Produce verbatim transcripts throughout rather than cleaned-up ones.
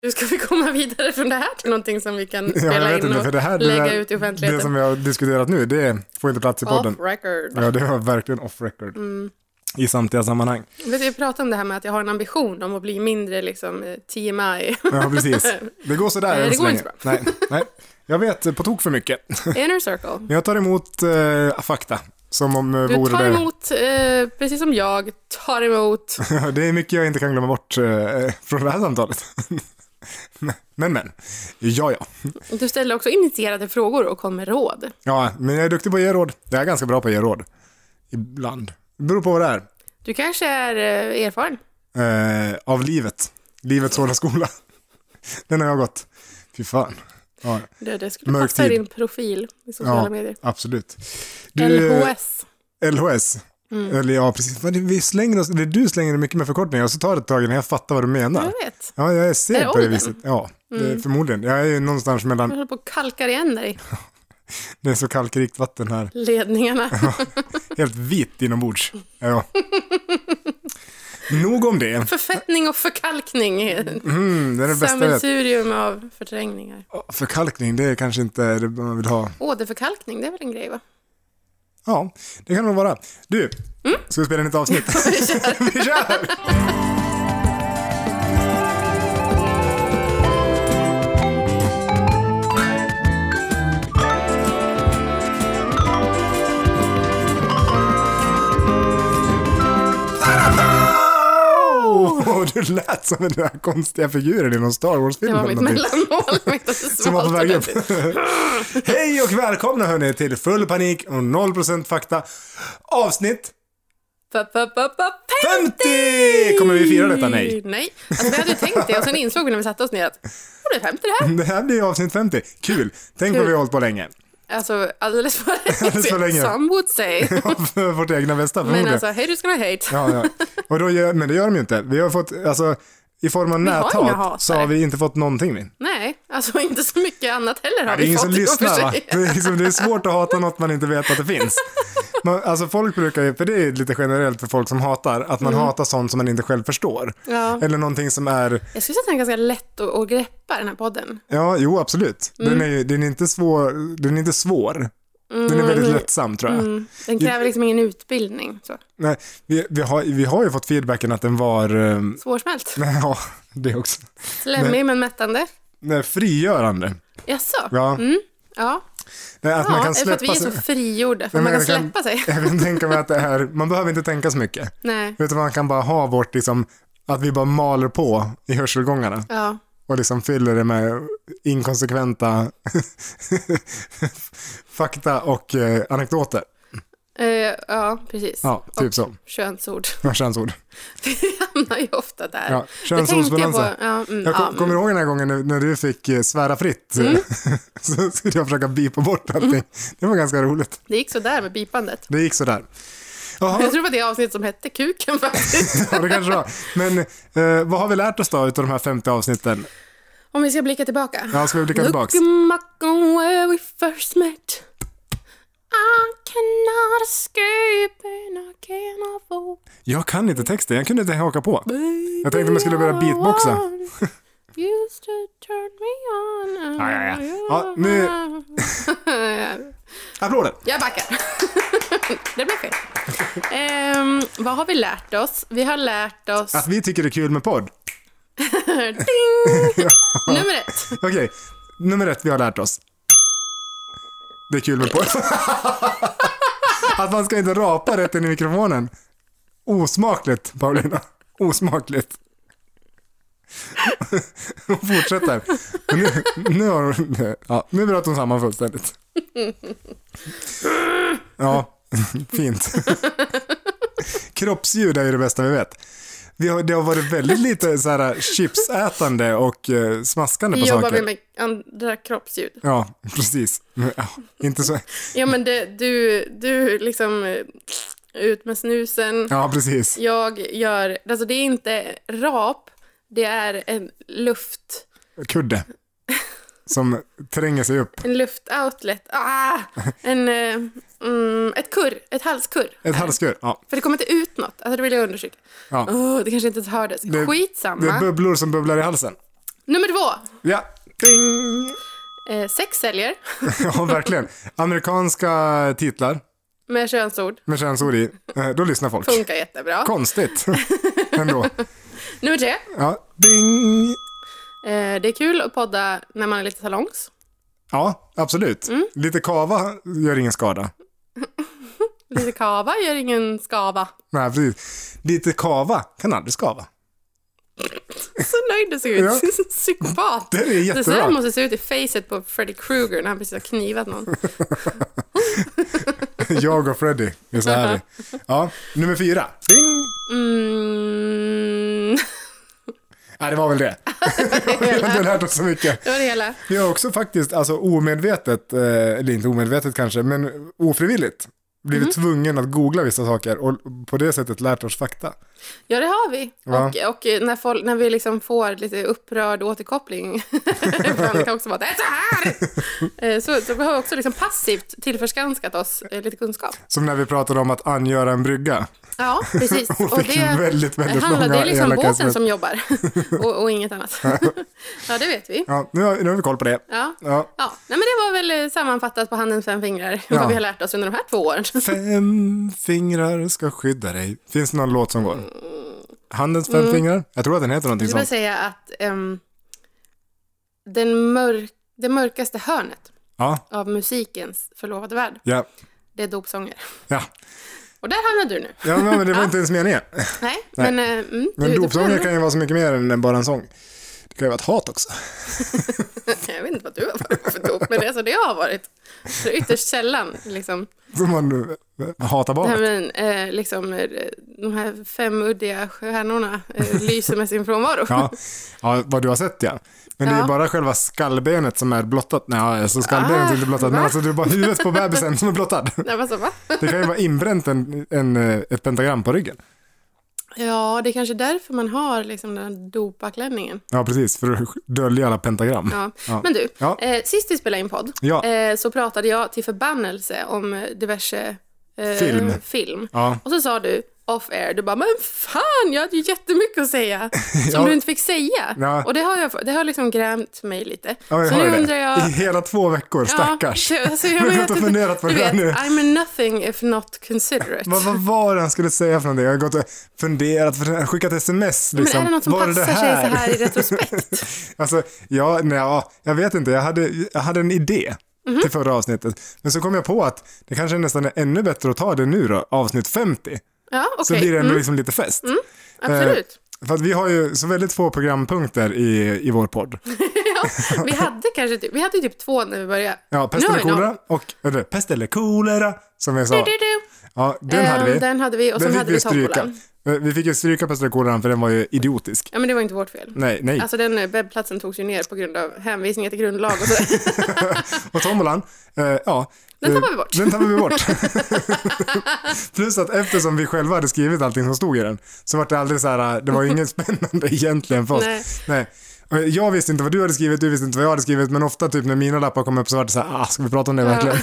Nu ska vi komma vidare från det här till någonting som vi kan spela ja, in inte, och för det här, lägga det där, ut i offentligheten. Det som vi har diskuterat nu, det får inte plats i podden. Off record. Ja, det var verkligen off record. Mm. I samtliga sammanhang. Vet du, jag pratade om det här med att jag har en ambition om att bli mindre liksom T M I. Ja, precis. Det går sådär. Nej, det så går länge. inte så bra. Nej, nej. Jag vet på tok för mycket. Inner circle. Men jag tar emot eh, fakta. Som om eh, Du vore tar det... emot, eh, precis som jag, tar emot. Det är mycket jag inte kan glömma bort eh, från det här samtalet. men, men. Ja, ja. Du ställer också initierade frågor och kommer med råd. Ja, men jag är duktig på att ge råd. Jag är ganska bra på att ge råd. Ibland. Det beror på vad det är. Du kanske är eh, erfaren. Eh, av livet. Livets hårda skola. Den har jag gått. Fy fan. Ja. Det, det skulle Mörk passa i tid. din profil i sociala Ja, medier. absolut. L H S. L H S. Mm. Eller ja, precis. Vi slänger oss, eller du slänger mycket med förkortningar och så tar det ett tag innan jag fattar vad du menar. Jag vet. Ja, jag är seg är på det det viset. Ja, mm. det, förmodligen. Jag är ju någonstans mellan... Jag håller på att kalkar igen dig. Det är så kalkrikt vatten här. Ledningarna. Ja, helt vitt inombords. Ja. Nog om det. Förfettning och förkalkning. Mm, det är det bästa jag vet. Sammelsurium av förträngningar. Förkalkning, det är kanske inte det man vill ha. Åderförkalkning, det är väl en grej, va? Ja, det kan nog vara. Du, mm? ska vi spela in ett avsnitt? Vi kör! Vi kör! Oh, du lät som den där konstiga figuren i någon Star Wars-film. Det var mitt mellanmål. Mitt som var på väg upp. Hej och välkomna hörni till Full panik och noll procent fakta. Avsnitt femtio! Kommer vi fira detta? Nej. Nej, alltså vi hade ju tänkt det och sen insåg vi när vi satte oss ner att det är femtio det här. Det här blir avsnitt femtio. Kul. Tänk vad vi har hållit på länge. Alltså alldeles för länge. Alldeles för länge. Some would say. Ja, för vårt egna bästa. Men alltså, haters gonna hate. Ja, ja. Och då gör, men det gör de ju inte. Vi har fått, alltså i form av näthat så har vi inte fått någonting med. Nej, alltså inte så mycket annat heller har ja, det är vi ingen fått. som lyssnar, va? Det är, liksom, det är svårt att hata något man inte vet att det finns. Man, alltså folk brukar ju, för det är lite generellt för folk som hatar, att man mm. hatar sånt som man inte själv förstår. Ja. Eller någonting som är... Jag skulle säga att den är ganska lätt att, att greppa, den här podden. Ja, jo absolut. Mm. Den, är, den, är inte svår, den är inte svår. Den är väldigt lättsam, tror jag. Mm. Den kräver liksom ingen utbildning. Så. Nej, vi, vi, har, vi har ju fått feedbacken att den var... Um, svårsmält. Nej, ja, det också. Slemmig men mättande. Nej, frigörande. Jaså? Ja. Mm. Ja. Nej, att ja, man kan för att vi är så frigjorda. För man kan släppa sig. Jag kan tänka mig att det är... Man behöver inte tänka så mycket. Nej. Utan man kan bara ha vårt, liksom... Att vi bara maler på i hörselgångarna. Ja. Och liksom fyller det med inkonsekventa fakta och eh, anekdoter. Uh, ja, precis. Ja, typ och så. Könsord. Ja, könsord. Vi hamnar ju ofta där. Ja, könsordsbalansen. Jag, ja, mm, jag kom, ja, kommer ihåg den här gången när, när du fick eh, svära fritt. Mm. Så skulle jag försöka bipa bort allting. Mm. Det var ganska roligt. Det gick så där med bipandet. Det gick så där. Aha. Jag tror det var det avsnitt som hette Kuken faktiskt. Ja, det kanske var. Men eh, vad har vi lärt oss då utav de här femtio avsnitten? Om vi ska blicka tillbaka. Ja, ska vi blicka tillbaka? Look back on where we first met. I cannot escape and I cannot avoid. Jag kan inte texten, jag kunde inte haka på. Baby, jag tänkte om jag skulle börja beatboxa. Used to turn me on. Ja, ja, ja. Ja, nu... Applåder. Jag backar. Det blev fel. um, vad har vi lärt oss? Vi har lärt oss... Att vi tycker det är kul med podd. Ding! Ja. Nummer ett. Okej, okay. Nummer ett vi har lärt oss. Det är kul med podd. Att man ska inte rapa rätt in i mikrofonen. Osmakligt, Paulina. Osmakligt. Och fortsätter. Nu, nu, har, ja, nu bröt hon samman fullständigt. Ja, fint. Kroppsljud är ju det bästa vi vet. Vi har, det har varit väldigt lite så här chipsätande och uh, smaskande vi på saker. Vi jobbar med andra kroppsljud. Ja, precis. Ja, inte så. Ja, men det, du, du liksom ut med snusen. Ja, precis. Jag gör, alltså det är inte rap, det är en luft. Kudde. Som tränger sig upp. En luftoutlet. Ah, en, mm, ett kurr, ett halskurr. Ett halskurr, ja. För det kommer inte ut något, alltså det vill jag undersöka. Ja. Oh, det kanske inte hördes. Det, Skitsamma. Det är bubblor som bubblar i halsen. Nummer två. Ja, ding! Eh, sex säljer Ja, verkligen. Amerikanska titlar med könsord. med könsord i. Eh, Då lyssnar folk. Funkar jättebra. Konstigt. Ändå. Nummer tre. Ja, ding! Eh, det är kul att podda när man är lite salongs. Ja, absolut. Mm. Lite kava gör ingen skada. Lite kava gör ingen skava. Nej, precis. Lite kava kan aldrig skava. Så nöjd du ser ut. Ja. Psykopat. Det är Det så jättebra. här måste se ut i facet på Freddy Krueger när han precis har knivat någon. Jag och Freddy. Det är så här. Ja, nummer fyra. Ding! Mm. Nej, det var väl det. Vi har inte lärt oss så mycket. Det var det hela. Vi har också faktiskt, alltså omedvetet, eh, eller inte omedvetet kanske, men ofrivilligt blivit Mm. tvungen att googla vissa saker och på det sättet lärt oss fakta. Ja, det har vi. Ja. Och, och när, folk, när vi liksom får lite upprörd återkoppling ibland kan också vara det är så här. Eh, så, så vi har också liksom passivt tillförskanskat oss eh, lite kunskap. Som när vi pratade om att angöra en brygga. Ja, precis. Och fick väldigt, väldigt handlar, långa det är liksom elaka båten sms. som jobbar och, och inget annat. Ja, det vet vi. Ja, nu har, nu har vi koll på det. Ja. Ja. Ja, nej, men det var väl eh, sammanfattat på handens fem fingrar Ja. vad vi har lärt oss under de här två åren. Fem fingrar ska skydda dig. Finns det någon låt som går? Handens fem Mm. fingrar? Jag tror att den heter någonting Jag vill sånt. säga att ehm, den mörk, det mörkaste hörnet Ja, av musikens förlovade värld, ja, det är dopsånger. ja. Och där hamnar du nu. Ja, men det var inte ens meningen. Nej, Nej. men... eh, Mm, Men du, dopsånger du, kan ju vara så mycket mer än bara en sång. Det kan ju vara ett hat också. Jag vet inte vad du har varit för dop, men det är så det har varit. Det är ytterst sällan, liksom. Som man eh, hatar Det här barnet. med, eh, liksom, eh, de här femuddiga stjärnorna eh, lyser med sin frånvaro. Ja, ja, vad du har sett, ja. Men det är Ja. bara själva skallbenet som är blottat. Nej, alltså skallbenet är inte blottat. Men va? alltså det är bara huvudet på bebisen som är blottad. Nej, vad så, va? Det kan ju vara inbränt en, en, eh, ett pentagram på ryggen. Ja, det är kanske därför man har liksom den här dopaklänningen. Ja, precis. För att dölja alla pentagram. Ja. Ja. Men du, Ja. eh, sist vi spelade in podd Ja. eh, så pratade jag till förbannelse om eh, diverse eh, Film. film. Ja. Och så sa du off air, du bara, men fan, jag hade ju jättemycket att säga som Ja. du inte fick säga. Ja. Och det har, jag, det har liksom grämt mig lite. Ja, jag så har nu det. undrar jag... I hela två veckor, stackars. Ja, alltså, jag Jag har vet gått och inte- funderat på du det här vet, nu. I'm a nothing if not considerate. Vad, vad var det han skulle säga för någonting? Jag har gått och funderat, för- skickat sms. Liksom. Men är det något som Var passar det sig så här i retrospekt? Alltså, ja, nej, ja, jag vet inte. Jag hade, jag hade en idé Mhm. till förra avsnittet. Men så kom jag på att det kanske nästan är ännu bättre att ta det nu då, avsnitt femtio. Ja, okej. Så blir det ändå Mm, liksom lite fest. absolut. Eh, för att vi har ju så väldigt få programpunkter i, i vår podd. Ja, vi hade kanske typ, vi hade typ två när vi började. Ja, pest Nu har eller vi noll. kolera och, eller pest eller kolera, som jag sa. Du, du, du. Ja, den hade vi. Eh, Den hade vi och Den sen fick hade vi vi stryka. tombolan. Eh, Vi fick ju stryka pest eller kolera för den var ju idiotisk. Ja, men det var inte vårt fel. Nej, nej. Alltså den eh, webbplatsen togs ju ner på grund av hänvisningar till grundlag och så. Och tombolan, eh, ja. Den eh, tappade vi bort. Den tappade vi bort. Plus att eftersom vi själva hade skrivit allting som stod i den, så var det aldrig så här, det var ju inget spännande egentligen för oss. Nej. Nej. Och jag visste inte vad du hade skrivit, du visste inte vad jag hade skrivit, men ofta typ när mina lappar kom upp så var det så här, ah, ska vi prata om det verkligen?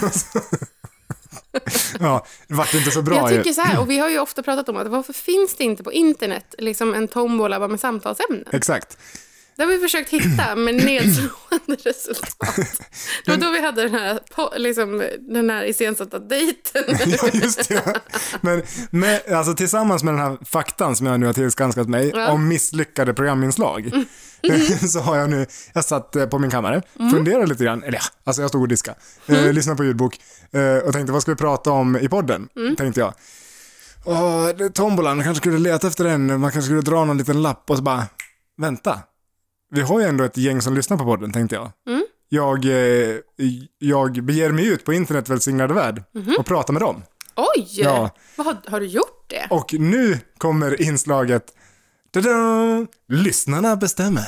Ja, det var inte så bra Jag ju. tycker så här, och vi har ju ofta pratat om att varför finns det inte på internet liksom en tombola bara med samtalsämnen? Exakt. Det har vi försökt hitta med nedslående resultat. Det var då vi hade den här, po- liksom, den här iscensatta dejten. Ja, just det. Men med, alltså, tillsammans med den här faktan som jag nu har tillskanskat mig Ja. om misslyckade programinslag så har jag nu, jag satt eh, på min kammare, Mm. funderade lite grann, eller ja, alltså jag stod och diska, eh, lyssnade på ljudbok eh, och tänkte vad ska vi prata om i podden, Mm. tänkte jag. Åh, det- tombolan, man kanske skulle leta efter den, man kanske skulle dra någon liten lapp och så bara, vänta. Vi har ju ändå ett gäng som lyssnar på podden, tänkte jag. Mm. Jag, eh, jag beger mig ut på internet välsignade värld och pratar med dem. Oj! Ja. Vad har, har du gjort det? Och nu kommer inslaget tada, lyssnarna bestämmer.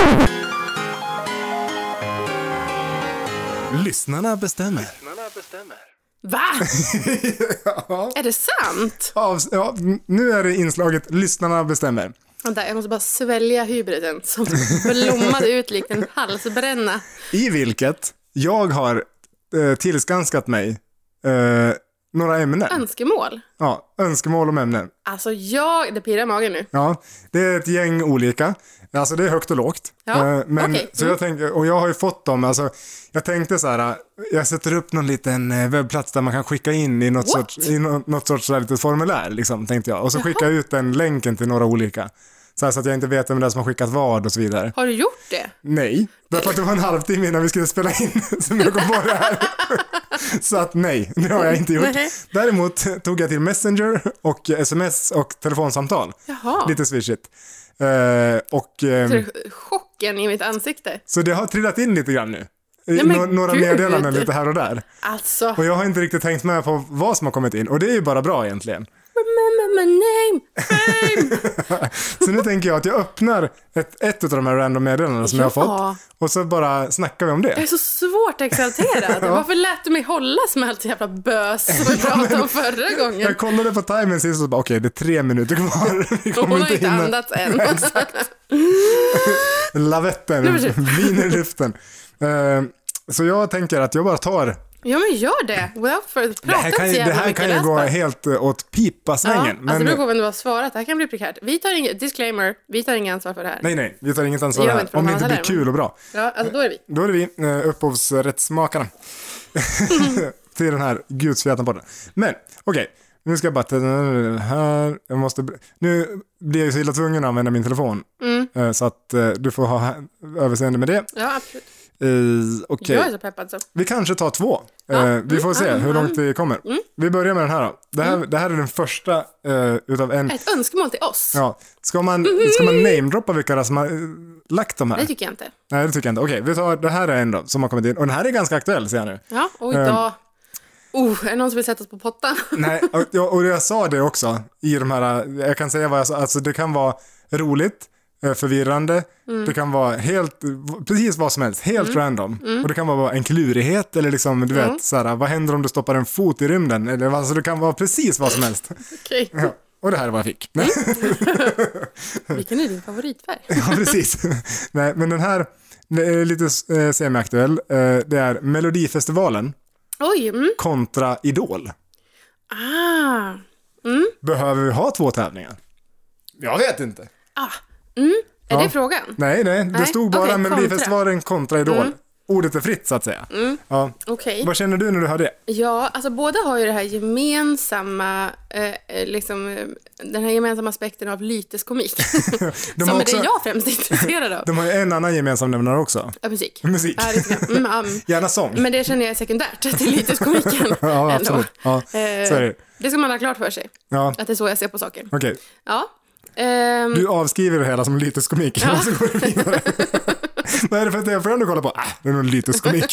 Lyssnarna bestämmer. Va? Är det sant? Av, ja, nu är det inslaget lyssnarna bestämmer. Vänta, jag måste bara svälja hybriden som blommade ut likt en halsbränna. I vilket jag har eh, tillskanskat mig eh, några ämnen. Önskemål? Ja, önskemål om ämnen. Alltså jag, det pirrar i magen nu. Ja, det är ett gäng olika. Alltså det är högt och lågt. Ja, men, okay. så jag tänker, och jag har ju fått dem, alltså jag tänkte så här, jag sätter upp någon liten webbplats där man kan skicka in i något What? sorts, i något, något sorts där litet formulär liksom, tänkte jag. Och så skickar jag ut den länken till några olika. Så, här, så att jag inte vet vem det är som har skickat vad och så vidare. Har du gjort det? Nej, därför att det var en halvtimme innan vi skulle spela in som jag kom på det här. Så att nej, det har jag inte gjort. Nej. Däremot tog jag till Messenger och sms och telefonsamtal. Jaha. Lite swishigt. Uh, och, um, chocken i mitt ansikte. Så det har trillat in lite grann nu. Nej, Nå- några Gud. meddelanden lite här och där. Alltså. Och jag har inte riktigt tänkt med på vad som har kommit in. Och det är ju bara bra egentligen. Remember my name, fame. Så nu tänker jag att jag öppnar ett, ett av de här random meddelandena som ja. jag har fått. Och så bara snackar vi om det. Jag är så svårt exalterad. ja. Varför lät du mig hållas med allt jävla bös som vi pratade om förra gången? Jag kollade på timern sist och bara okej, okay, det är tre minuter kvar. Vi kommer hon har inte inte hinna. andats än. Exakt. Lavetten, viner i luften. Uh, så jag tänker att jag bara tar... Ja, men gör det. Well, för det här kan, ju, det här kan ju gå helt åt pipasvängen. Ja, men... Alltså det beror på vem du har svarat. Det här kan bli prekärt. Vi tar inget, disclaimer, vi tar inget ansvar för det här. Nej, nej, vi tar inget ansvar för det här. Om det inte blir kul och bra. Ja, alltså då är det vi. Då är det vi, uh, upphovsrättsmakarna. Till den här gudsfjätan podden. Men, okej. Okay. Nu ska jag bara ta den här. Jag måste, nu blir jag så illa tvungen att använda min telefon. Mm. Uh, så att uh, du får ha överseende med det. Ja, absolut. Uh, okay. Jag är så peppad så. Vi kanske tar två. Ja. Uh, vi får se mm, hur långt mm, vi kommer. Mm. Vi börjar med den här då. Det här, mm. det här är den första uh, utav en... Ett önskemål till oss. Ja. Ska man, ska man namedroppa vilka det är som har uh, lagt de här? Det tycker jag inte. Nej, det tycker jag inte. Okej, okay, vi tar det här är en då som har kommit in. Och den här är ganska aktuell, ser jag nu. Ja, oj då. Um, oh, är det någon som vill sätta oss på pottan? Nej, och, och jag sa det också i de här, jag kan säga vad jag sa, alltså det kan vara roligt, förvirrande, mm. det kan vara helt, precis vad som helst, helt mm. random. Mm. Och det kan vara en klurighet eller liksom, du mm. vet, såhär, vad händer om du stoppar en fot i rymden? Eller alltså det kan vara precis vad som helst. Okej. Okay. Ja, och det här är vad jag fick. Mm. Vilken är din favoritfärg? Ja, precis. Nej, men den här, det är lite eh, semi-aktuell. Eh, det är Melodifestivalen. Oj, mm. kontra Idol. Ah. Mm. Behöver vi ha två tävlingar? Jag vet inte. Ah. Mm. Är ja. det frågan? Nej, nej. Det nej. stod bara okay, Melodifestivalen kontra, kontra Idol. Mm. Ordet är fritt så att säga. Mm. Ja. Okay. Vad känner du när du hör det? Ja, alltså båda har ju det här gemensamma, eh, liksom, den här gemensamma aspekten av lyteskomik. de som också, är det jag främst är intresserad av. De har ju en annan gemensam nämnare också. Ja, musik. Musik. Ja, det mm, um. Gärna sång. Men det känner jag är sekundärt till lyteskomiken. Ja, absolut. Ja, eh, så är det. Det ska man ha klart för sig. Ja. Att det är så jag ser på saker. Okej. Okay. Ja. Um, du avskriver det hela som lyteskomik. Ja. Så går det vidare. Vad är det för att jag får ändå kolla på? Ah, det är nog lyteskomik.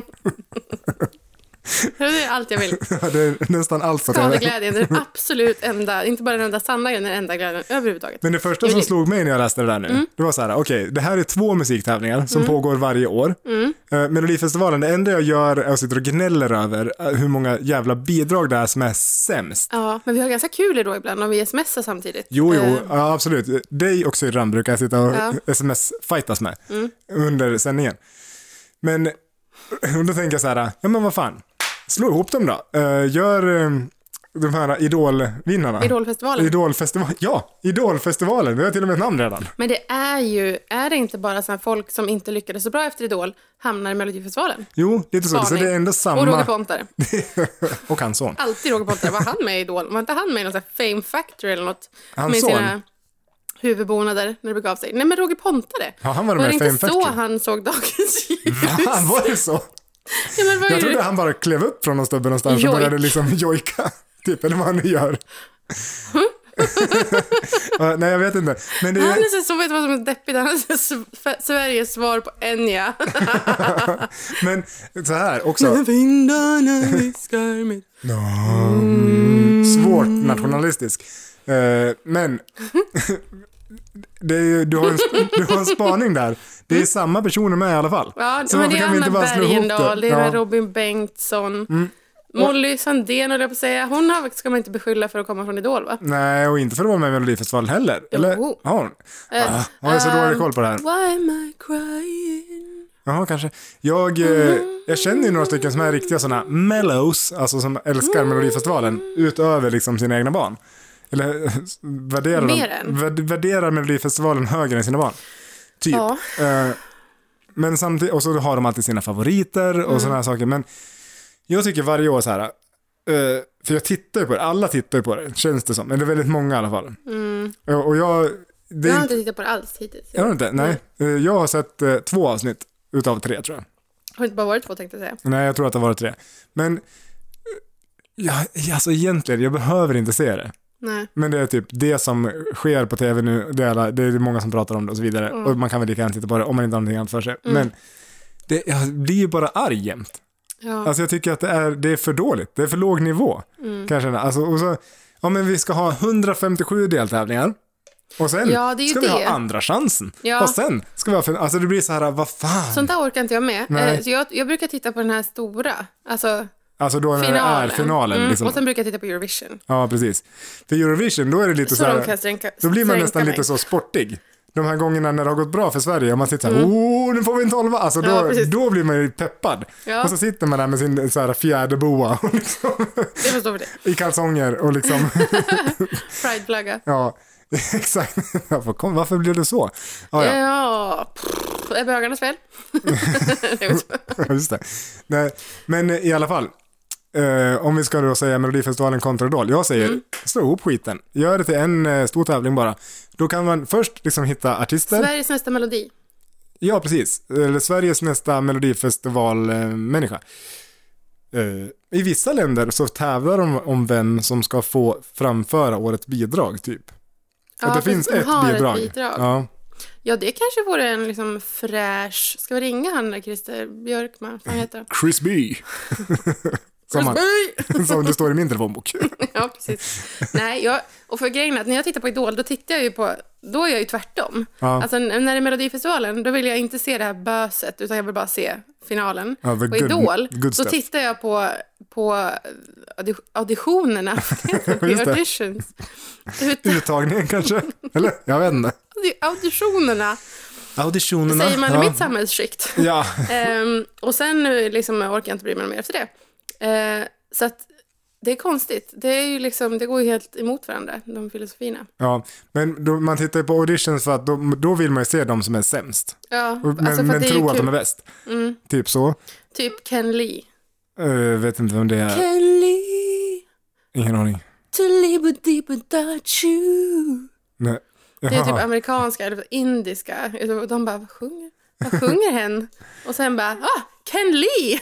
Det är allt jag vill. Det är nästan allt. Skadeglädjen är den absolut enda, inte bara den enda sanna glädjen, den enda glädjen överhuvudtaget. Men det första som slog mig när jag läste det där nu, mm. det var så här, okej, okay, det här är två musiktävlingar som mm. pågår varje år. Mm. Uh, Melodifestivalen, det enda jag gör är att sitta och gnäller över hur många jävla bidrag det är som är sämst. Ja, men vi har ganska kul då ibland om vi smsar samtidigt. Jo, jo, uh. ja, absolut. Dig och syrran brukar jag sitta och ja. sms-fightas med mm. under sändningen. Men då tänker jag så här, ja men vad fan. Slå ihop dem då. Uh, gör uh, de här idolvinnarna. Idolfestivalen. Idolfestival. Ja, Idolfestivalen. Det har till och med ett namn redan. Men det är ju, är det inte bara så folk som inte lyckades så bra efter Idol hamnar i Melodifestivalen? Jo, lite så. Så det är ändå samma. Och Roger Pontare. Och hans son. Alltid Roger Pontare. Var han med i Idol? Var inte han med i någon sån här Fame Factory eller något? Hans med son? Sina huvudbonader när det begav sig. Nej, men Roger Pontare. Ja, han var, var med i Fame Factory. Var det inte så han såg dagens ljus? Va? Var det så? Ja, men vad jag trodde det? han bara klev upp från någon stubbe någonstans Jojk. och började liksom jojka. Typ, eller vad han nu gör. uh, nej, jag vet inte. Men det är... Han är så, så vet vad som är deppigt. Han är så Sveriges svar på Enya. Men så här också. mm. Svårt nationalistisk. Uh, men det är, du, har en, du har en spaning där. Det är mm. samma personer med i alla fall. Ja, så men det är Anna Bergendahl, det? det är ja. Robin Bengtsson. Mm. Molly Sandén, eller jag på säga. Hon har, ska man inte beskylla för att komma från Idol, va? Nej, och inte för att vara med i Melodifestivalen heller. Eller? Jo. Har hon? Uh, ah, har jag så uh, dålig koll på det här. Why am I crying? Jaha, kanske. Jag, eh, jag känner ju några stycken som är riktiga sådana mellows, alltså som älskar Melodifestivalen utöver liksom sina egna barn. Eller värderar, Mer de, än. värd, värderar Melodifestivalen högre än sina barn. Typ. Ja. Eh, men samtidigt, och så har de alltid sina favoriter och mm. sådana här saker. Men jag tycker varje år så här, eh, för jag tittar ju på det, alla tittar ju på det, känns det som. Eller väldigt många i alla fall. Mm. Och, och jag... Det, jag har inte tittat på det alls hittills. Jag har inte, nej. nej. Jag har sett eh, två avsnitt utav tre, tror jag. Har det inte bara varit två, tänkte jag säga? Nej, jag tror att det har varit tre. Men, ja, alltså egentligen, jag behöver inte se det. Nej. Men det är typ det som sker på tv nu, det är, alla, det är många som pratar om det och så vidare. Mm. Och man kan väl lika gärna titta på det om man inte har någonting annat för sig. Mm. Men det, jag blir ju bara arg jämt. Ja. Alltså jag tycker att det är, det är för dåligt. Det är för låg nivå. Mm. Kanske. Alltså, och så, ja men vi ska ha hundrafemtiosju deltävlingar. Och sen ja, ska vi det. ha andra chansen. Ja. Och sen ska vi ha, för, alltså det blir så här, vad fan. Sånt där orkar inte jag med. Eh, så jag, jag brukar titta på den här stora, alltså Alltså då när finalen. det är finalen. Mm. Liksom. Och sen brukar jag titta på Eurovision. Ja, precis. För Eurovision, då är det lite så, så här, stränka, då blir man nästan mig. lite så sportig. De här gångerna när det har gått bra för Sverige och man sitter så här, mm. oh, nu får vi en tolva. Alltså då, ja, då blir man ju peppad. Ja. Och så sitter man där med sin så här fjärde boa. Och liksom, det förstår vi det. I kalsonger och liksom... Pride-flagga. Ja, exakt. Varför blev det så? Ah, ja, ja pff, är bögarnas fel? Just det. Nej, men i alla fall. Uh, om vi ska då säga Melodifestivalen kontra Idol. Jag säger, mm. slå ihop skiten. Gör det till en uh, stor tävling bara. Då kan man först liksom hitta artister. Sveriges nästa melodi. Ja, precis. Eller Sveriges nästa Melodifestival-människa. Uh, I vissa länder så tävlar de om vem som ska få framföra årets bidrag, typ. Ja, att det finns ett bidrag. ett bidrag. Ja. Ja, det kanske vore en liksom fräsch... Ska vi ringa han där, Christer Björkman? Vad heter han? Chris B. Som, man, som det står i min telefonbok. Ja, precis. Nej, jag, och för grejen att när jag tittar på Idol, då tittar jag ju på, då är jag ju tvärtom. Ja. Alltså när det är Melodifestivalen, då vill jag inte se det här böset, utan jag vill bara se finalen. Ja, på good, Idol, good då tittar jag på, på auditionerna. Auditions. Uttagningen kanske? Eller? Jag vet inte. Auditionerna. Auditionerna. Säger man ja. i mitt samhällsskikt. Ja. um, och sen liksom, orkar jag inte bry mig mer efter det. Uh, så att det är konstigt. Det är ju liksom, det går ju helt emot varandra, de filosofierna. Ja, men då, man tittar ju på auditions för att då, då vill man ju se de som är sämst. Ja, men alltså men tro att de är bäst. Mm. Typ så. Typ Ken Lee. Uh, vet inte vem det är. Ken Lee. Ingen aning. To live deep without you. Nej. Det är typ amerikanska eller indiska. Och de bara, vad sjunger? Vad sjunger hen? Och sen bara, ah, Ken Lee!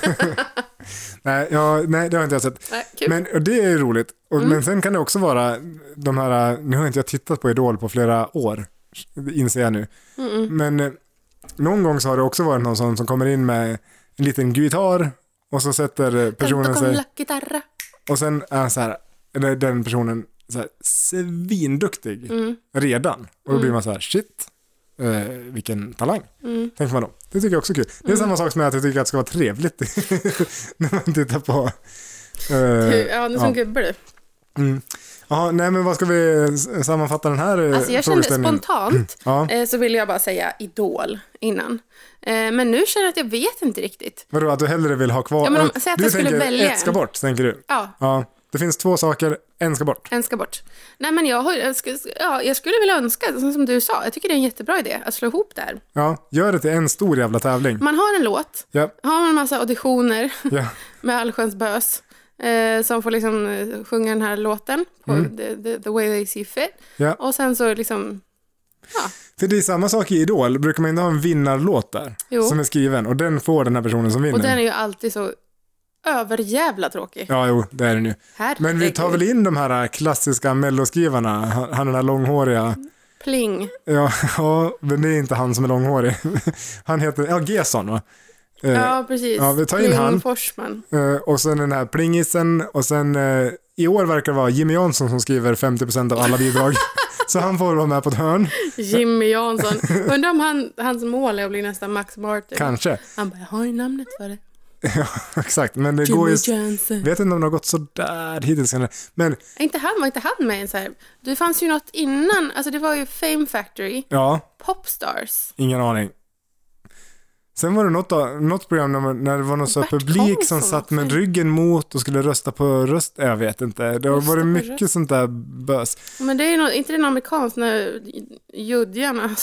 nej, ja, nej, det har inte jag sett. Nej, kul. Men och det är ju roligt. Och, mm. Men sen kan det också vara de här, nu har inte jag tittat på Idol på flera år, inser jag nu. Mm-mm. Men eh, någon gång så har det också varit någon som, som kommer in med en liten gitarr och så sätter personen sig... Och sen är så här, eller den personen så här, svinduktig mm. redan. Och då blir man så här, shit, eh, vilken talang. Mm. Tänker man då. Det tycker jag också är kul. Det är mm. samma sak som att jag tycker att det ska vara trevligt när man tittar på... Eh, ja, nu som ja. gubbar du. Mm. Jaha, nej men vad ska vi sammanfatta den här alltså jag kände spontant ja. eh, så vill jag bara säga Idol innan. Eh, men nu känner jag att jag vet inte riktigt. Vadå, att du hellre vill ha kvar... Ja, men om, säg att du jag skulle tänker välja. Ett ska bort, tänker du? Ja. ja. Det finns två saker, en ska bort. En ska bort. Nej men jag, har, jag, skulle, ja, jag skulle vilja önska, som du sa, jag tycker det är en jättebra idé att slå ihop där. Ja, gör det till en stor jävla tävling. Man har en låt, ja. har man en massa auditioner ja. med allsköns bös. Eh, som får liksom eh, sjunga den här låten på mm. the, the, the way they see fit. Ja. Och sen så liksom, ja. För det är samma sak i Idol. Brukar man inte ha en vinnarlåt där jo. som är skriven. Och den får den här personen som vinner. Och den är ju alltid så överjävla tråkig. Ja, jo, det är den ju. Herregud. Men vi tar väl in de här klassiska melloskrivarna. Han den här långhåriga. Pling. Ja, ja, men det är inte han som är långhårig. Han heter, ja, Gesson va? Ja, precis. Ja, vi tar in han. Forsman. Och sen den här plingisen. Och sen i år verkar det vara Jimmy Jansson som skriver femtio procent av alla bidrag. Så han får vara med på ett hörn. Jimmy Jansson. Undrar om han, hans mål är att bli nästan Max Martin. Kanske. Han bara, jag har ju namnet för det. Ja, exakt. Men det Jimmy går ju... Jansson. Vet inte om det har gått så där hittills. Men... Inte han, var inte han med en så här... Det fanns ju något innan. Alltså det var ju Fame Factory. Ja. Popstars. Ingen aning. Sen var det något, då, något program när, när det var någon så publik som satt med ryggen mot och skulle rösta på röst. Jag vet inte. Det har varit mycket röst. Sånt där bös. Men det är nog inte det någon amerikanskt när judjarna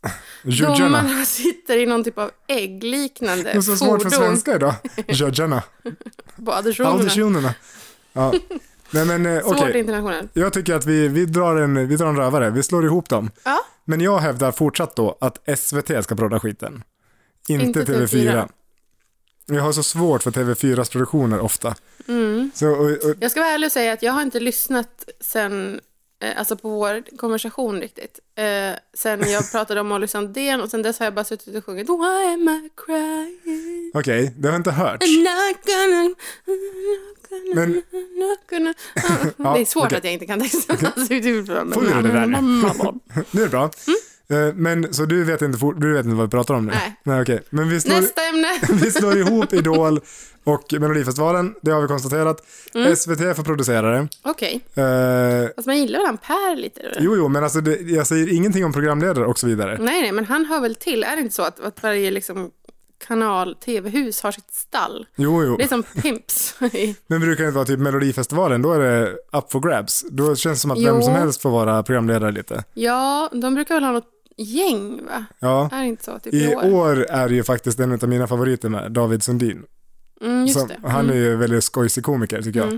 Judjarna sitter i någon typ av äggliknande fordon. Det är så svårt för svenska idag. Judjarna. På additionerna. Additionerna. Ja. Nej, men, eh, Svårt okay. internationellt. Jag tycker att vi, vi, drar en, vi drar en rövare. Vi slår ihop dem. Ja. Men jag hävdar fortsatt då att S V T ska prodda skiten. Inte, inte T V fyra. Jag har så svårt för T V fyras produktioner ofta. Mm. Så, och, och... Jag ska vara ärlig och säga att jag har inte lyssnat sen, eh, alltså på vår konversation riktigt. Eh, sen jag pratade om Molly Sandén och sen dess har jag bara suttit och sjungit Why am I crying? Okej, okay, det har inte hörts. I'm not gonna, not gonna, Men... not gonna. Ja, det är svårt okay. att jag inte kan texten. Okay. Får vi göra det där nu? Nu är det bra. Mm. Men så du vet inte du vet inte vad vi pratar om nu. Nej. Nej okej. Okay. Men vi slår, nästa ämne. Vi slår ihop Idol och Melodifestivalen. Det har vi konstaterat. Mm. S V T får producera det. Okej. Okay. Uh, alltså man gillar väl han Per lite då? Jo jo, men alltså det, jag säger ingenting om programledare och så vidare. Nej nej, men han hör väl till. Är det inte så att, att varje liksom kanal tv-hus har sitt stall? Jo jo. Det är som pimps. Men brukar det inte vara typ Melodifestivalen, då är det up for grabs. Då känns det som att jo. Vem som helst får vara programledare lite. Ja, de brukar väl ha något gäng, va? Ja. Är inte så, typ i, i år. år är ju faktiskt en av mina favoriter med David Sundin. Mm, just som, det. Han mm. är ju väldigt skojsig komiker tycker jag. Mm.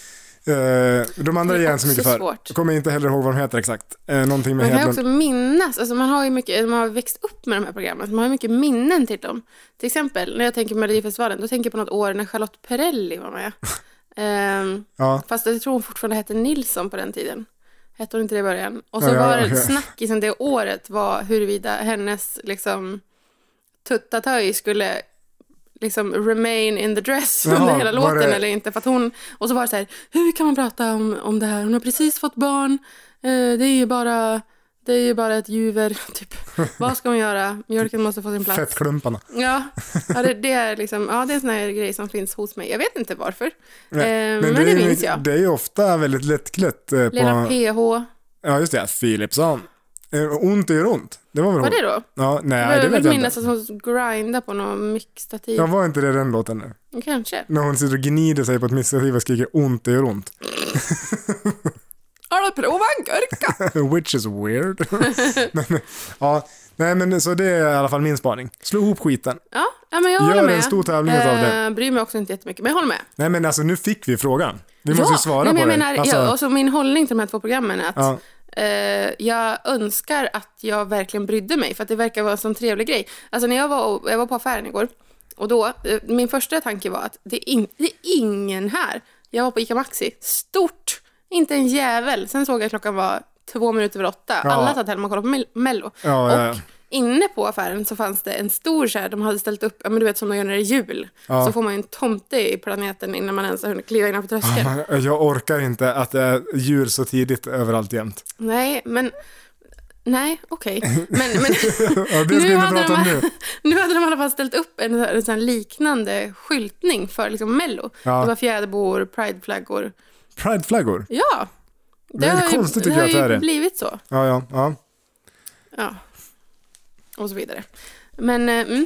Uh, de andra är inte så mycket för. Svårt. Jag kommer inte heller ihåg vad de heter exakt. Uh, någonting med man kan Hedlund. också minnas, alltså man har ju mycket, man har växt upp med de här programmen, man har mycket minnen till dem. Till exempel, när jag tänker på Melodifestivalen, då tänker jag på något år när Charlotte Perrelli var med. um, ja. Fast jag tror hon fortfarande hette Nilsson på den tiden. Hette hon inte det i början? Och så ja, var det ja. Snackisen det året var huruvida hennes liksom tuttatöj skulle liksom remain in the dress Jaha, under hela låten det... eller inte. För att hon, och så var det så här, hur kan man prata om, om det här? Hon har precis fått barn. Eh, det är ju bara det är ju bara ett juver typ. Vad ska hon göra? Mjölken måste få sin plats. Fettklumparna. Ja, ja det, det är liksom ja, det är en sån här grej som finns hos mig. Jag vet inte varför. Nej, eh, men, men det, det minns jag. Det är ju ofta väldigt lättklätt eh, på Lena P H. Ja, just det. Philipsson. Eh, ont gör ont. Det var väl Var det då? Ja, nej, jag det vet jag minnas att hon grindar på någon mixtativ. Ja, var inte det den låten nu? Kanske. När hon sitter och gnider sig på ett mixtativ och skriker ont gör ont. Har du provat en gurka? Which is weird. men, ja, nej men så det är i alla fall min spaning. Slå ihop skiten. Ja, ja men jag håller Gör med. en stor tävling uh, av det. Bryr mig också inte jättemycket, men jag håller med. Nej men alltså nu fick vi frågan. Vi ja, måste ju svara nej, men på jag det. Menar, alltså... ja, och så min hållning till de här två programmen är att ja. Uh, jag önskar att jag verkligen brydde mig, för att det verkar vara en sån trevlig grej. Alltså när jag var, jag var på affären igår, och då, uh, min första tanke var att det är, in, det är ingen här. Jag var på Ica Maxi, stort, inte en jävel. Sen såg jag att klockan var två minuter över åtta. Ja. Alla satt hemma och kollade på Mel- Mello. Ja, ja, ja. Och inne på affären så fanns det en stor så här, de hade ställt upp, ja men du vet som de gör när det är jul. Ja. Så får man ju en tomte i planeten innan man ens har hunnit kliva innanför tröskeln. Ja, jag orkar inte att det är jul så tidigt överallt jämt. Nej, men nej, okej. Okay. Men, men ja, det nu, hade de, nu. nu hade de i alla fall ställt upp en, en sån liknande skyltning för liksom Mello. Ja. Det var fjäderbor, prideflaggor. Prideflaggor? Ja. Det, det är har konstigt ju, tycker jag att det är det. har ju blivit så. Ja, ja, ja. Ja. Och så vidare. Men, mm.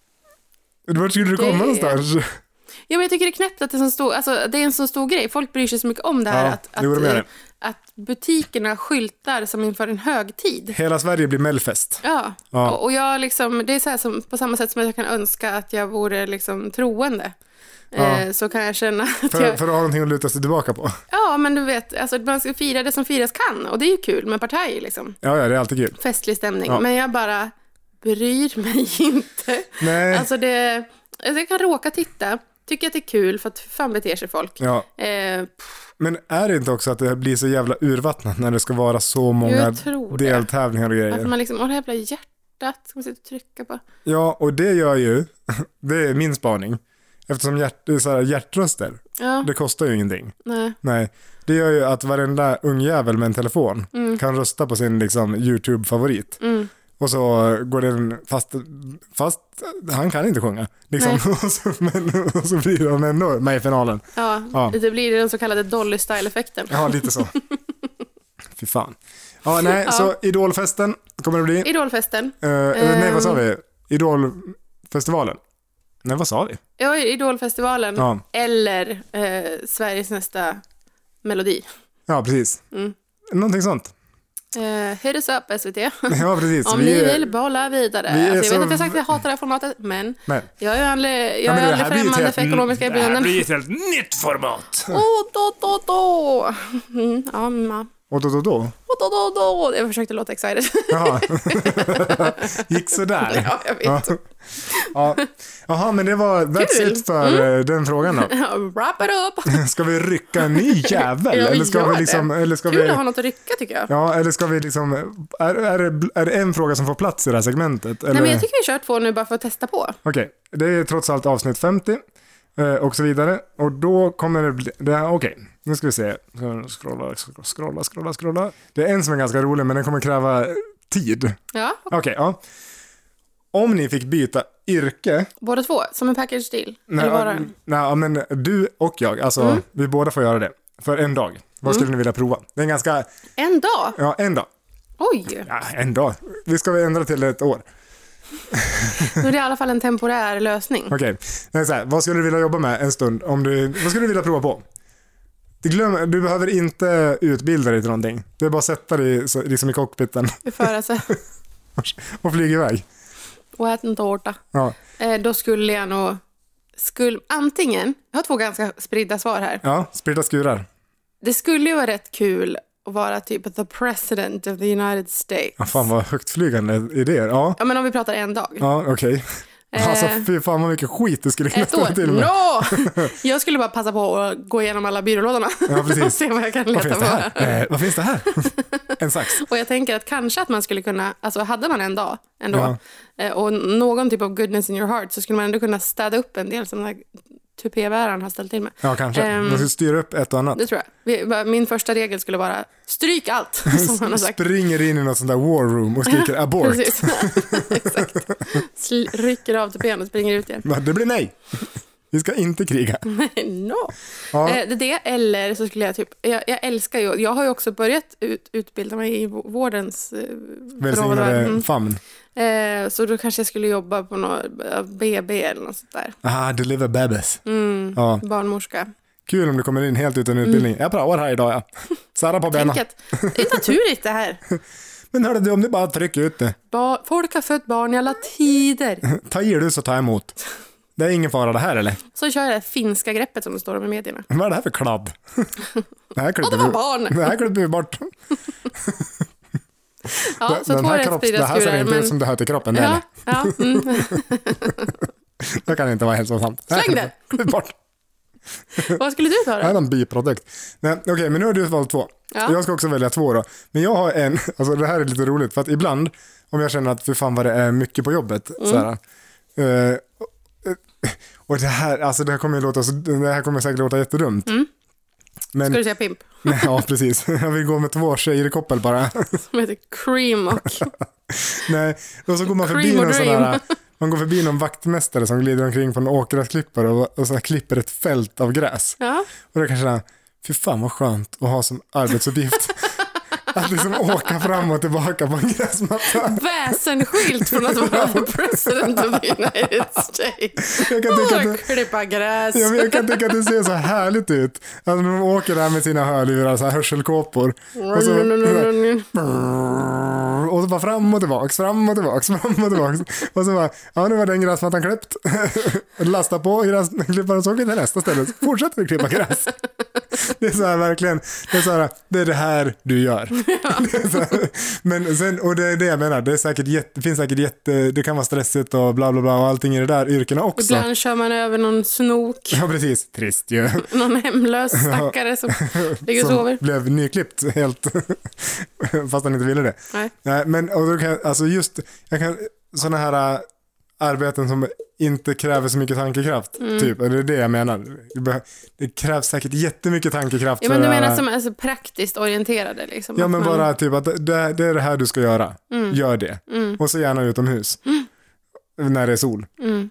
Vart skulle du komma det... någonstans? Ja, men jag tycker det är knäppt att det är, så stor, alltså, det är en så stor grej. Folk bryr sig så mycket om det här. Ja, att, att, att, att butikerna skyltar som inför en högtid. Hela Sverige blir Melfest. Ja, ja. Och, och jag liksom, det är så här som, på samma sätt som jag kan önska att jag vore liksom troende. Ja. Eh, så kan jag känna att för, jag... för att ha någonting att luta sig tillbaka på. Ja, men du vet, alltså, man ska fira det som firas kan. Och det är ju kul med partaj liksom. Ja, ja, det är alltid kul. Festlig stämning. Ja. Men jag bara bryr mig inte. Nej. Alltså det... Alltså jag kan råka titta, tycker att det är kul för att fan beter sig folk. Ja. Eh, men är det inte också att det blir så jävla urvattnat när det ska vara så många deltävlingar och grejer? Att man liksom, åh det jävla hjärtat ska man sitta och trycka på. Ja, och det gör ju, det är min spaning. Eftersom hjärt, så här, hjärtröster, ja. Det kostar ju ingenting. Nej. Nej. Det gör ju att varenda ungjävel med en telefon mm. kan rösta på sin liksom, YouTube-favorit. Mm. Och så går den fast, fast han kan inte sjunga. Liksom. och, så, men, och så blir de ändå med i finalen. Ja, ja. Det blir den så kallade Dolly-style-effekten. Ja, lite så. Fy fan. Ja, nej, ja. Så Idolfesten kommer det bli. Idolfesten. Uh, um, nej, vad sa vi? Idol... Idolfestivalen. Nej, vad sa vi? Ja, Idolfestivalen. Ja. Eller eh, Sveriges nästa melodi. Ja, precis. Mm. Någonting sånt. Uh, hit us up, S V T. Ja, precis. Om vi ni är, vill bolla vidare. Alltså, jag så... vet att jag sagt att jag hatar det här formatet, men, men. jag är aldrig, jag ja, är aldrig främmande helt, för ekonomiska erbjudanden. Det här blir ett helt nytt format. Oh, då, då, då. Mm, ja, ma. Och då, då, då. Och då, då, då. Jag försökte låta excited. Jaha. Gick sådär. Ja, jag vet. Ja. Ja. Jaha, men det var that's it för mm. den frågan då. Wrap it up. Ska vi rycka en ny jävel? Ja, eller ska vi liksom, eller ska Kul vi... att ha något att rycka, tycker jag. Ja, eller ska vi liksom... Är, är, det, är det en fråga som får plats i det här segmentet? Eller? Nej, men jag tycker vi kör två nu bara för att testa på. Okej, okay. Det är trots allt avsnitt femtio. Och så vidare. Och då kommer det bli... Det Okej, okay. Nu ska vi se. Scrolla, scrolla, scrolla, scrolla. Det är en som är ganska rolig, men den kommer kräva tid. Ja. Okej, okay, ja. Om ni fick byta yrke... Båda två, som en package deal. Nej, eller bara... nej, men du och jag, alltså mm. vi båda får göra det. För en dag. Vad skulle mm. ni vilja prova? Det är en ganska... En dag? Ja, en dag. Oj! Ja, en dag. Vi ska ändra till ett år. Nu är det i alla fall en temporär lösning. Okej. Okay. Vad skulle du vilja jobba med en stund? Om du, vad skulle du vilja prova på? Du, glöm, du behöver inte utbilda dig till någonting. Det är bara att sätta dig liksom i cockpiten. Föra sig. Och flyga iväg. Och äta en tårta. Ja. Eh, då skulle jag nog... Skulle, antingen... Jag har två ganska spridda svar här. Ja, spridda skurar. Det skulle ju vara rätt kul att vara typ the president of the United States. Ja, fan vad högtflygande idéer. Ja. Ja, men om vi pratar en dag. Ja, okej. Okay. Eh, alltså, fy fan vad mycket skit det skulle kunna stå till med. No! Jag skulle bara passa på att gå igenom alla byrålådorna. Ja, precis. Och se vad jag kan leta vad finns det här? Eh, vad finns det här? En sax. Och jag tänker att kanske att man skulle kunna, alltså hade man en dag ändå, ja. eh, och någon typ av goodness in your heart, så skulle man ändå kunna städa upp en del som den här tupébäraren har ställt till med. Ja, kanske. Um, man skulle styra upp ett och annat. Det tror jag. Min första regel skulle vara stryk allt, som han har sagt. Springer in i något sånt där war room och skriker abort. Precis. Exakt. Sl- rycker av tupén och springer ut igen. Det blir nej. Vi ska inte kriga. no. Ja. Eh, det är det, eller så skulle jag typ... Jag, jag älskar ju... Jag har ju också börjat ut, utbilda mig i vårdens... Eh, Välsignade mm. famn. Eh, så då kanske jag skulle jobba på något B B eller något sånt där. Ah, deliver babies. Mm, ja. Barnmorska. Kul om du kommer in helt utan utbildning. Mm. Jag pratar här idag, ja. Sara på benen. Det är naturligt det här. Men hörde du, om du bara trycker ut det. Ba- folk har fött barn i alla tider. Ta i du så ta emot. Det är ingen fara det här, eller? Så kör jag det finska greppet som det står om i medierna. Vad är det här för kladd? Det här klipper, ja, det var barn. Det här klipper vi bort. Ja, den, så den här kropps, det här ser inte men... ut som det hör till kroppen, det ja, ja, mm. Det kan inte vara hälsosamt. Släng det! Bort. Vad skulle du ta då? Det är en biprodukt. Okej, okay, men nu har du valt två. Ja. Jag ska också välja två då. Men jag har en, alltså det här är lite roligt, för att ibland, om jag känner att för fan vad det är mycket på jobbet, mm. så här, uh, och det här, alltså det här kommer ju låta, det här kommer säkert låta jättedumt. Mm. Men, ska du säga pimp? Nej, ja, precis. Jag vill gå med två tjejer i koppel bara. Som heter Cream och... Nej, och så går man förbi någon sån där, man går förbi någon vaktmästare som glider omkring på en åkgräsklippare och, och så klipper ett fält av gräs. Ja. Och då kanske det, fy fan vad skönt att ha som arbetsuppgift. Att liksom åka fram och tillbaka på en gräsmatta. Väsensskilt från att vara president of the United States. Jag kan tycka att det, klippa gräs. Jag, jag kan tycka att det ser så härligt ut. Alltså de åker där med sina hörlurar, så här hörselkåpor. Och så, och så bara fram och tillbaks, fram och tillbaks, fram och tillbaks. Och så bara, ja nu var den gräsmattan klippt. Lasta på gräsklipparen och så åker till nästa ställe. Så fortsätter vi klippa gräs. Det är så här verkligen, det är så här, det är det här du gör. Ja. Men sen, och det är det jag menar, det är säkert jätte, det finns säkert jätte, det kan vara stressigt och bla bla bla och allting i det där yrkena också. Ibland kör man över någon snok. Ja precis, trist ju. Någon hemlös stackare som ligger och sover. Som blev nyklippt helt, fast han inte ville det. Nej. Nej, men och då kan, alltså just, jag kan, såna här arbeten som inte kräver så mycket tankekraft, mm. typ, eller det är det jag menar. Det, det krävs säkert jättemycket tankekraft. Ja, men du för menar här, som alltså, praktiskt orienterade liksom? Ja, men man... bara typ att det, det är det här du ska göra. Mm. Gör det. Mm. Och så gärna utomhus. Mm. När det är sol. Mm.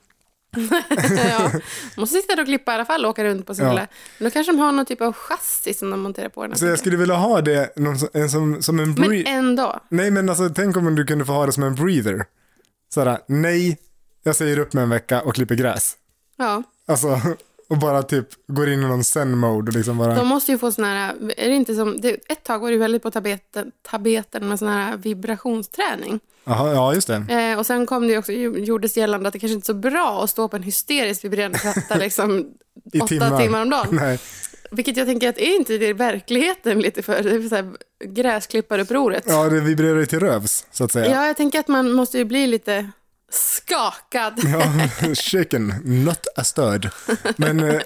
Ja, måste sitta där och klippa i alla fall och åka runt på sin ja. lilla. Men då kanske de har någon typ av chassi som de monterar på den. Så jag skulle vilja ha det någon, en, som, som en breather. Men en dag. Nej, men alltså tänk om du kunde få ha det som en breather. Sådär, nej, jag säger upp med en vecka och klipper gräs. Ja. Alltså, och bara typ går in i någon zen-mode. Liksom bara. De måste ju få såna här, är det inte som, det, ett tag var det väldigt på tabeten, tabeten med sån här vibrationsträning. Aha, ja, just det. Eh, och sen kom det också, gjordes gällande att det kanske inte är så bra att stå på en hysteriskt vibrerande platta liksom åtta timmar. timmar om dagen. Nej. Vilket jag tänker att är inte det verkligheten lite för, det är så här gräsklipparupproret. Ja, det vibrerar ju till rövs, så att säga. Ja, jag tänker att man måste ju bli lite skakad. Ja, shaken, not a stirred. Men, eh,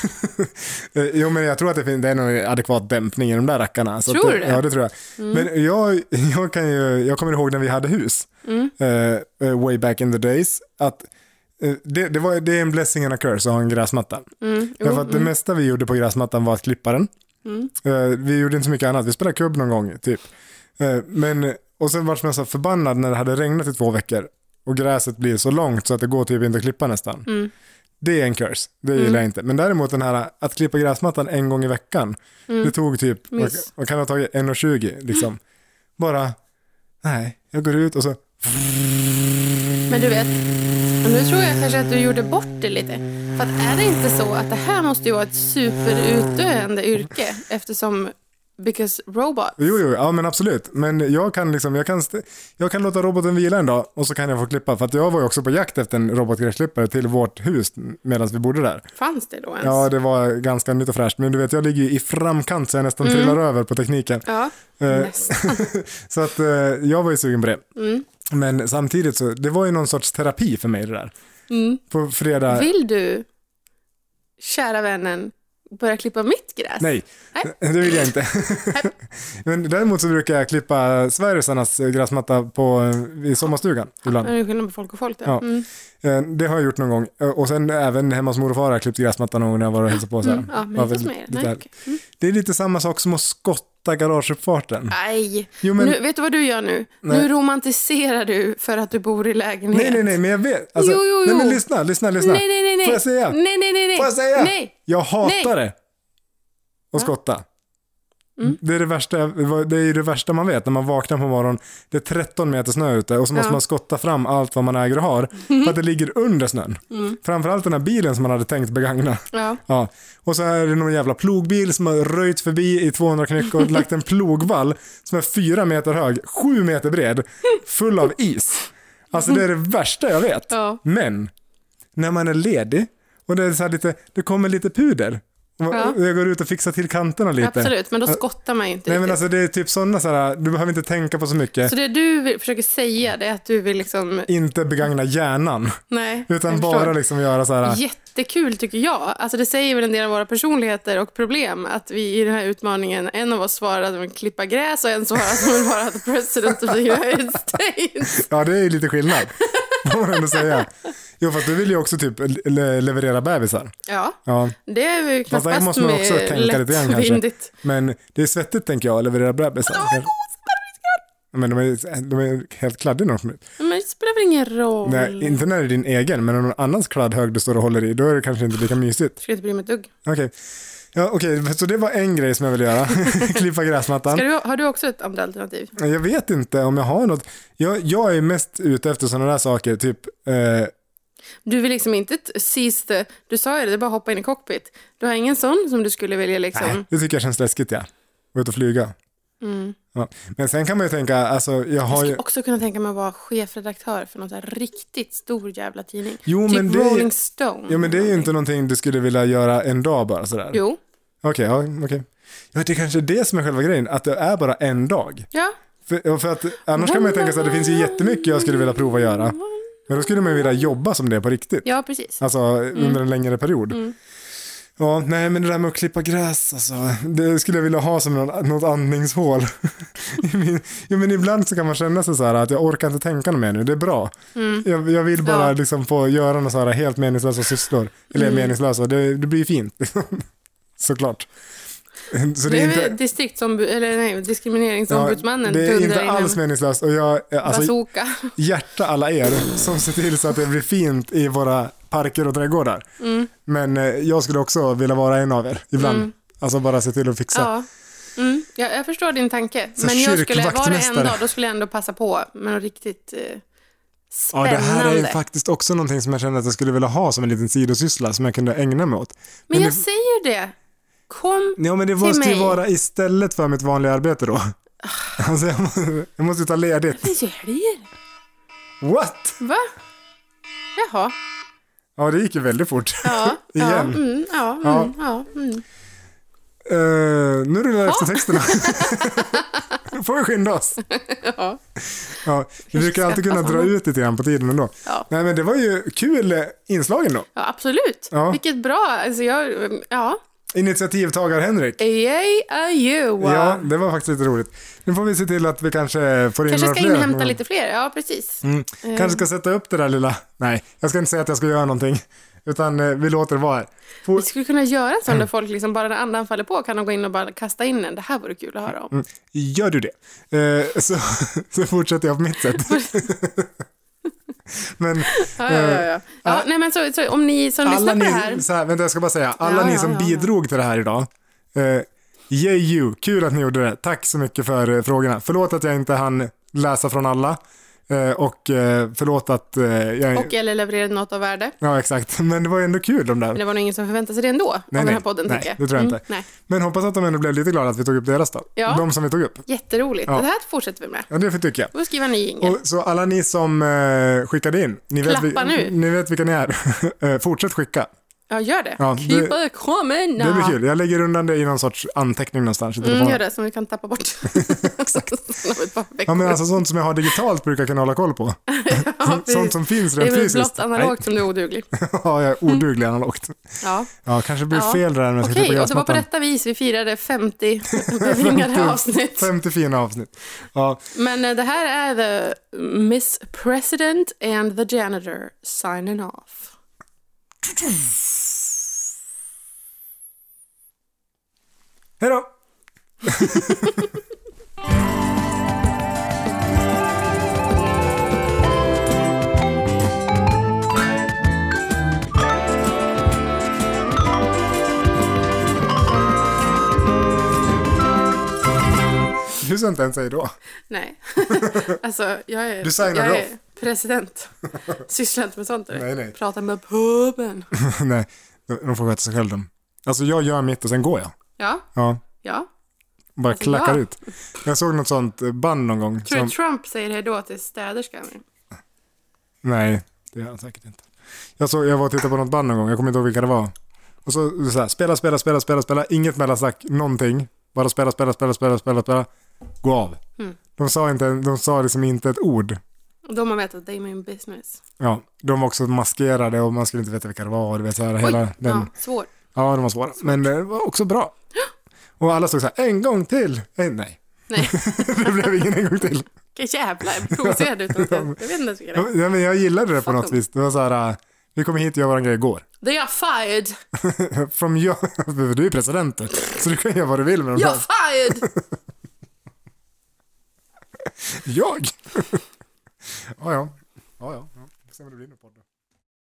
jo, men jag tror att det, finns, det är någon adekvat dämpning i de där rackarna. Så tror att, du det? Ja, det tror jag. Mm. Men jag, jag, kan ju, jag kommer ihåg när vi hade hus, mm. uh, way back in the days, att uh, det, det, var, det är en blessing and a curse att ha en gräsmatta. Mm. Jo, Därför att mm. det mesta vi gjorde på gräsmattan var att klippa den. Mm. Uh, vi gjorde inte så mycket annat, vi spelade kubb någon gång, typ. Uh, men, och sen var jag så förbannad när det hade regnat i två veckor. Och gräset blir så långt så att det går typ inte att klippa nästan. Mm. Det är en curse, det gillar mm. jag inte. Men däremot den här att klippa gräsmattan en gång i veckan. Mm. Det tog typ, vad, vad kan det ha tagit, en och tjugo liksom. Mm. Bara, nej, jag går ut och så. Men du vet, nu tror jag kanske att du gjorde bort det lite. För att är det inte så att det här måste ju vara ett superutdöende yrke eftersom because robots. Jo, jo, ja men absolut. Men jag kan liksom, jag kan, st- jag kan låta roboten vila en dag och så kan jag få klippa. För att jag var ju också på jakt efter en robotgräsklippare till vårt hus medan vi bodde där. Fanns det då ens? Ja, det var ganska nytt och fräscht. Men du vet, jag ligger ju i framkant så jag nästan mm. trillar över på tekniken. Ja, nästan. Så att eh, jag var ju sugen på det. Mm. Men samtidigt så, det var ju någon sorts terapi för mig det där. Mm. På fredag. Vill du, kära vännen, börja klippa mitt gräs? Nej, Nej. det vill jag inte. Men däremot så brukar jag klippa Sverigesarnas gräsmatta på, i sommarstugan ibland. Ja, det är skillnad på folk och folk. Ja. Mm. Det har jag gjort någon gång. Och sen även hemma hos mor och far har jag klippt gräsmattan någon gång när jag var och hälsade på. Så här. Mm. Ja, men ja, det, Nej, okay. mm. det är lite samma sak som att skotta garageuppfarten. Nej, jo, men... nu, vet du vad du gör nu? Nej. Nu romantiserar du för att du bor i lägenhet. Nej, nej, nej, men jag vet. Alltså, jo, jo, jo. Nej, men lyssna, lyssna, lyssna. Nej, nej, nej, nej. Får jag säga? Nej, nej, nej, nej. Får jag säga? Nej. Jag hatar nej. det. Och skotta. Mm. Det är det värsta, det är ju det värsta man vet när man vaknar på morgonen. Det är tretton meter snö ute och så måste ja. man skotta fram allt vad man äger och har mm. för att det ligger under snön. Mm. Framförallt den här bilen som man hade tänkt begagna. Ja. Ja. Och så är det någon jävla plogbil som har röjt förbi i tvåhundra knyck och lagt en plogvall som är fyra meter hög, sju meter bred, full av is. Alltså det är det värsta jag vet. Ja. Men när man är ledig och det är så här lite, det kommer lite puder. Ja. Jag går ut och fixar till kanterna lite. Absolut, men då skottar man ju inte. Nej, men alltså det är typ sådana så här, du behöver inte tänka på så mycket. Så det du vill, försöker säga det är att du vill liksom inte begagna hjärnan. Nej. Utan bara liksom göra så här. Jättekul tycker jag. Alltså det säger väl en del av våra personligheter och problem att vi i den här utmaningen, en av oss svarar att de vill klippa gräs och en svarar att de vill vara the president of the United States. Ja, det är lite skillnad. Vad man ändå säga. Jo, fast du vill ju också typ le- leverera bebisar. Ja, ja. Det är ju knappast med måste man också tänka lite grann kanske. Men det är svettigt tänker jag att leverera bebisar. Men de är, de är helt kladdiga något. Men det spelar väl ingen roll. Nej, inte när det är din egen, men om någon annans kladdhög du står och håller i, då är det kanske inte lika mysigt. Ska inte bry mig ett dugg. Okej. Okay. Ja, okej, okay. Så det var en grej som jag vill göra. Klippa gräsmattan. Ska du, har du också ett andra alternativ? Jag vet inte om jag har något. Jag, jag är mest ute efter sådana där saker, typ... Eh... Du vill liksom inte seize the... Du sa ju det, det är bara hoppa in i cockpit. Du har ingen sån som du skulle vilja liksom... Nej, det tycker jag känns läskigt, ja. Gå ut och flyga. Mm. Ja. Men sen kan man ju tänka, alltså jag har Jag skulle ju... också kunna tänka mig att vara chefredaktör för något så här riktigt stor jävla tidning. Jo, typ men det Rolling är... Stone. Ja, men det är ju inte någonting du skulle vilja göra en dag bara sådär. Jo. Okej, okay, ja, okej. Okay. Ja, det är kanske det som är själva grejen, att det är bara en dag. Ja. För, för att annars kan man ju tänka sig att det finns ju jättemycket jag skulle vilja prova att göra. Men då skulle man ju vilja jobba som det på riktigt. Ja, precis. Alltså under mm. en längre period. Mm. Ja, nej, men det där med att klippa gräs, alltså, det skulle jag vilja ha som något, något andningshål. Ja, men ibland så kan man känna sig så här att jag orkar inte tänka något mer nu, det är bra. Mm. Jag, jag vill bara ja. liksom få göra något så här helt meningslösa sysslor. Eller mm. meningslösa, det, det blir fint. Såklart. Så det är inte... distriktsombud, eller nej, diskrimineringsombudsmannen. Ja, det är inte alls meningslöst. Och jag, alltså, hjärta alla er som ser till så att det blir fint i våra parker och trädgårdar. Mm. Men eh, jag skulle också vilja vara en av er ibland. Mm. Alltså bara se till att fixa. Ja. Mm. Ja, jag förstår din tanke. Så men jag skulle vara det en dag, då skulle jag ändå passa på med något riktigt eh, Spännande. Ja, det här är faktiskt också någonting som jag känner att jag skulle vilja ha som en liten sidosyssla som jag kunde ägna mig åt. Men, men jag det... säger det. Kom ja, men det till måste mig. ju vara istället för mitt vanliga arbete då. Alltså jag måste, jag måste ta ledigt. Vad gör det? What? Va? Jaha. Ja, det gick ju väldigt fort. Ja, igen. Ja, mm, ja, mm, Ja. ja, mm. Uh, nu rullar eftertexterna. Får vi skynda oss. Ja. Ja, vi brukar alltid kunna dra ut lite grann på tiden ändå. Ja. Nej, men det var ju kul inslag ändå. Ja, absolut. Ja. Vilket bra. Alltså jag, ja. Initiativtagare Henrik. Yay are you. Ja, det var faktiskt lite roligt. Nu får vi se till att vi kanske får in Kanske några ska fler. inhämta lite fler. Ja, precis. Mm. Mm. Kanske ska sätta upp det där lilla... Nej, jag ska inte säga att jag ska göra någonting. Utan eh, vi låter det vara här. For... Vi skulle kunna göra en sån där folk liksom bara när andan faller på kan de gå in och bara kasta in en. Det här vore kul att höra om. Mm. Gör du det? Eh, så, så fortsätter jag på mitt sätt. men, ja, ja, ja. ja. ja nej, men så, så, om ni som lyssnar på ni, det här... Så här, vänta, jag ska bara säga. Alla Ja, ni ja, som ja, ja. bidrog till det här idag. Eh, yay you. Kul att ni gjorde det. Tack så mycket för eh, frågorna. Förlåt att jag inte hann läsa från alla. Eh, och eh, förlåt att eh, jag... Och eller levererade något av värde. Ja, exakt. Men det var ju ändå kul de där. Men det var nog ingen som förväntade sig det ändå. Nej, av nej. den här podden, Nej, tycker jag. det tror jag inte. Mm, nej. Men hoppas att de ändå blev lite glada att vi tog upp deras då. Ja. De som vi tog upp. Jätteroligt. Ja. Det här fortsätter vi med. Ja, det får tycka jag. Då skriver ni ingen. Och så alla ni som eh, skickade in, ni vet, Klappa vi, nu. ni vet vilka ni är. Eh, Fortsätt skicka. Ja, gör det. Ja, Keep det- it coming. Det blir kul. Jag lägger undan det i någon sorts anteckning någonstans i Mm, telefonen. gör det, som vi kan tappa bort. Exakt. Om ett par veckor. Ja, men alltså sånt som jag har digitalt brukar jag kunna hålla koll på. Ja, Sånt som finns det är rent väl fysiskt. blott analogt som du är oduglig. Nej. Ja, jag är oduglig analogt. Ja. Ja, kanske blir Ja. fel där när jag ska Okej, klippa och det var på gräsmattan. detta vis vi firade femtio bevingade avsnitt. femtio fina avsnitt. Ja, Men eh, det här är the Miss President and the Janitor signing off. hej då! Du sa inte ens säg då. Nej, alltså jag är, Du signar jag off. är president. Sysslar inte med sånt. Eller? Nej, nej. Pratar med puben. Nej, de får sköta sig själv dem. Alltså jag gör mitt och sen går jag. Ja, Ja, ja. bara Alltså, klackar ja. ut. Jag såg något sånt band någon gång. Tror Som... du Trump säger hej då till städerskan? Nej, det gör han säkert inte. Jag, såg, jag var och tittade på något band någon gång, jag kommer inte ihåg vilka det var. Och så, så här, spela, spela, spela, spela, spela, inget mellansnack, någonting. Bara spela, spela, spela, spela, spela, spela, gå av. Mm. De sa inte, de sa liksom inte ett ord. Och de har vetat att det är min business. Ja, de var också maskerade och man skulle inte veta vilka det var. Du vet, så här, hela Oj, den, ja, svår. ja, de var svåra. Men det var också bra. Och alla stod så här, en gång till. Eh, nej, Nej, det blev ingen en gång till. vilken jävla provocerad ut. Jag vet inte ens vilka det är. Ja, men jag gillade det på Fuck något them. vis. Det var så här, äh, vi kommer hit och gör våran grej igår. They are fired. From you, du är ju presidenten, så du kan göra vad du vill med dem. You're fired. Jag? ja, ja. Ja, ja. ja. Vi får se vad det blir nu på det.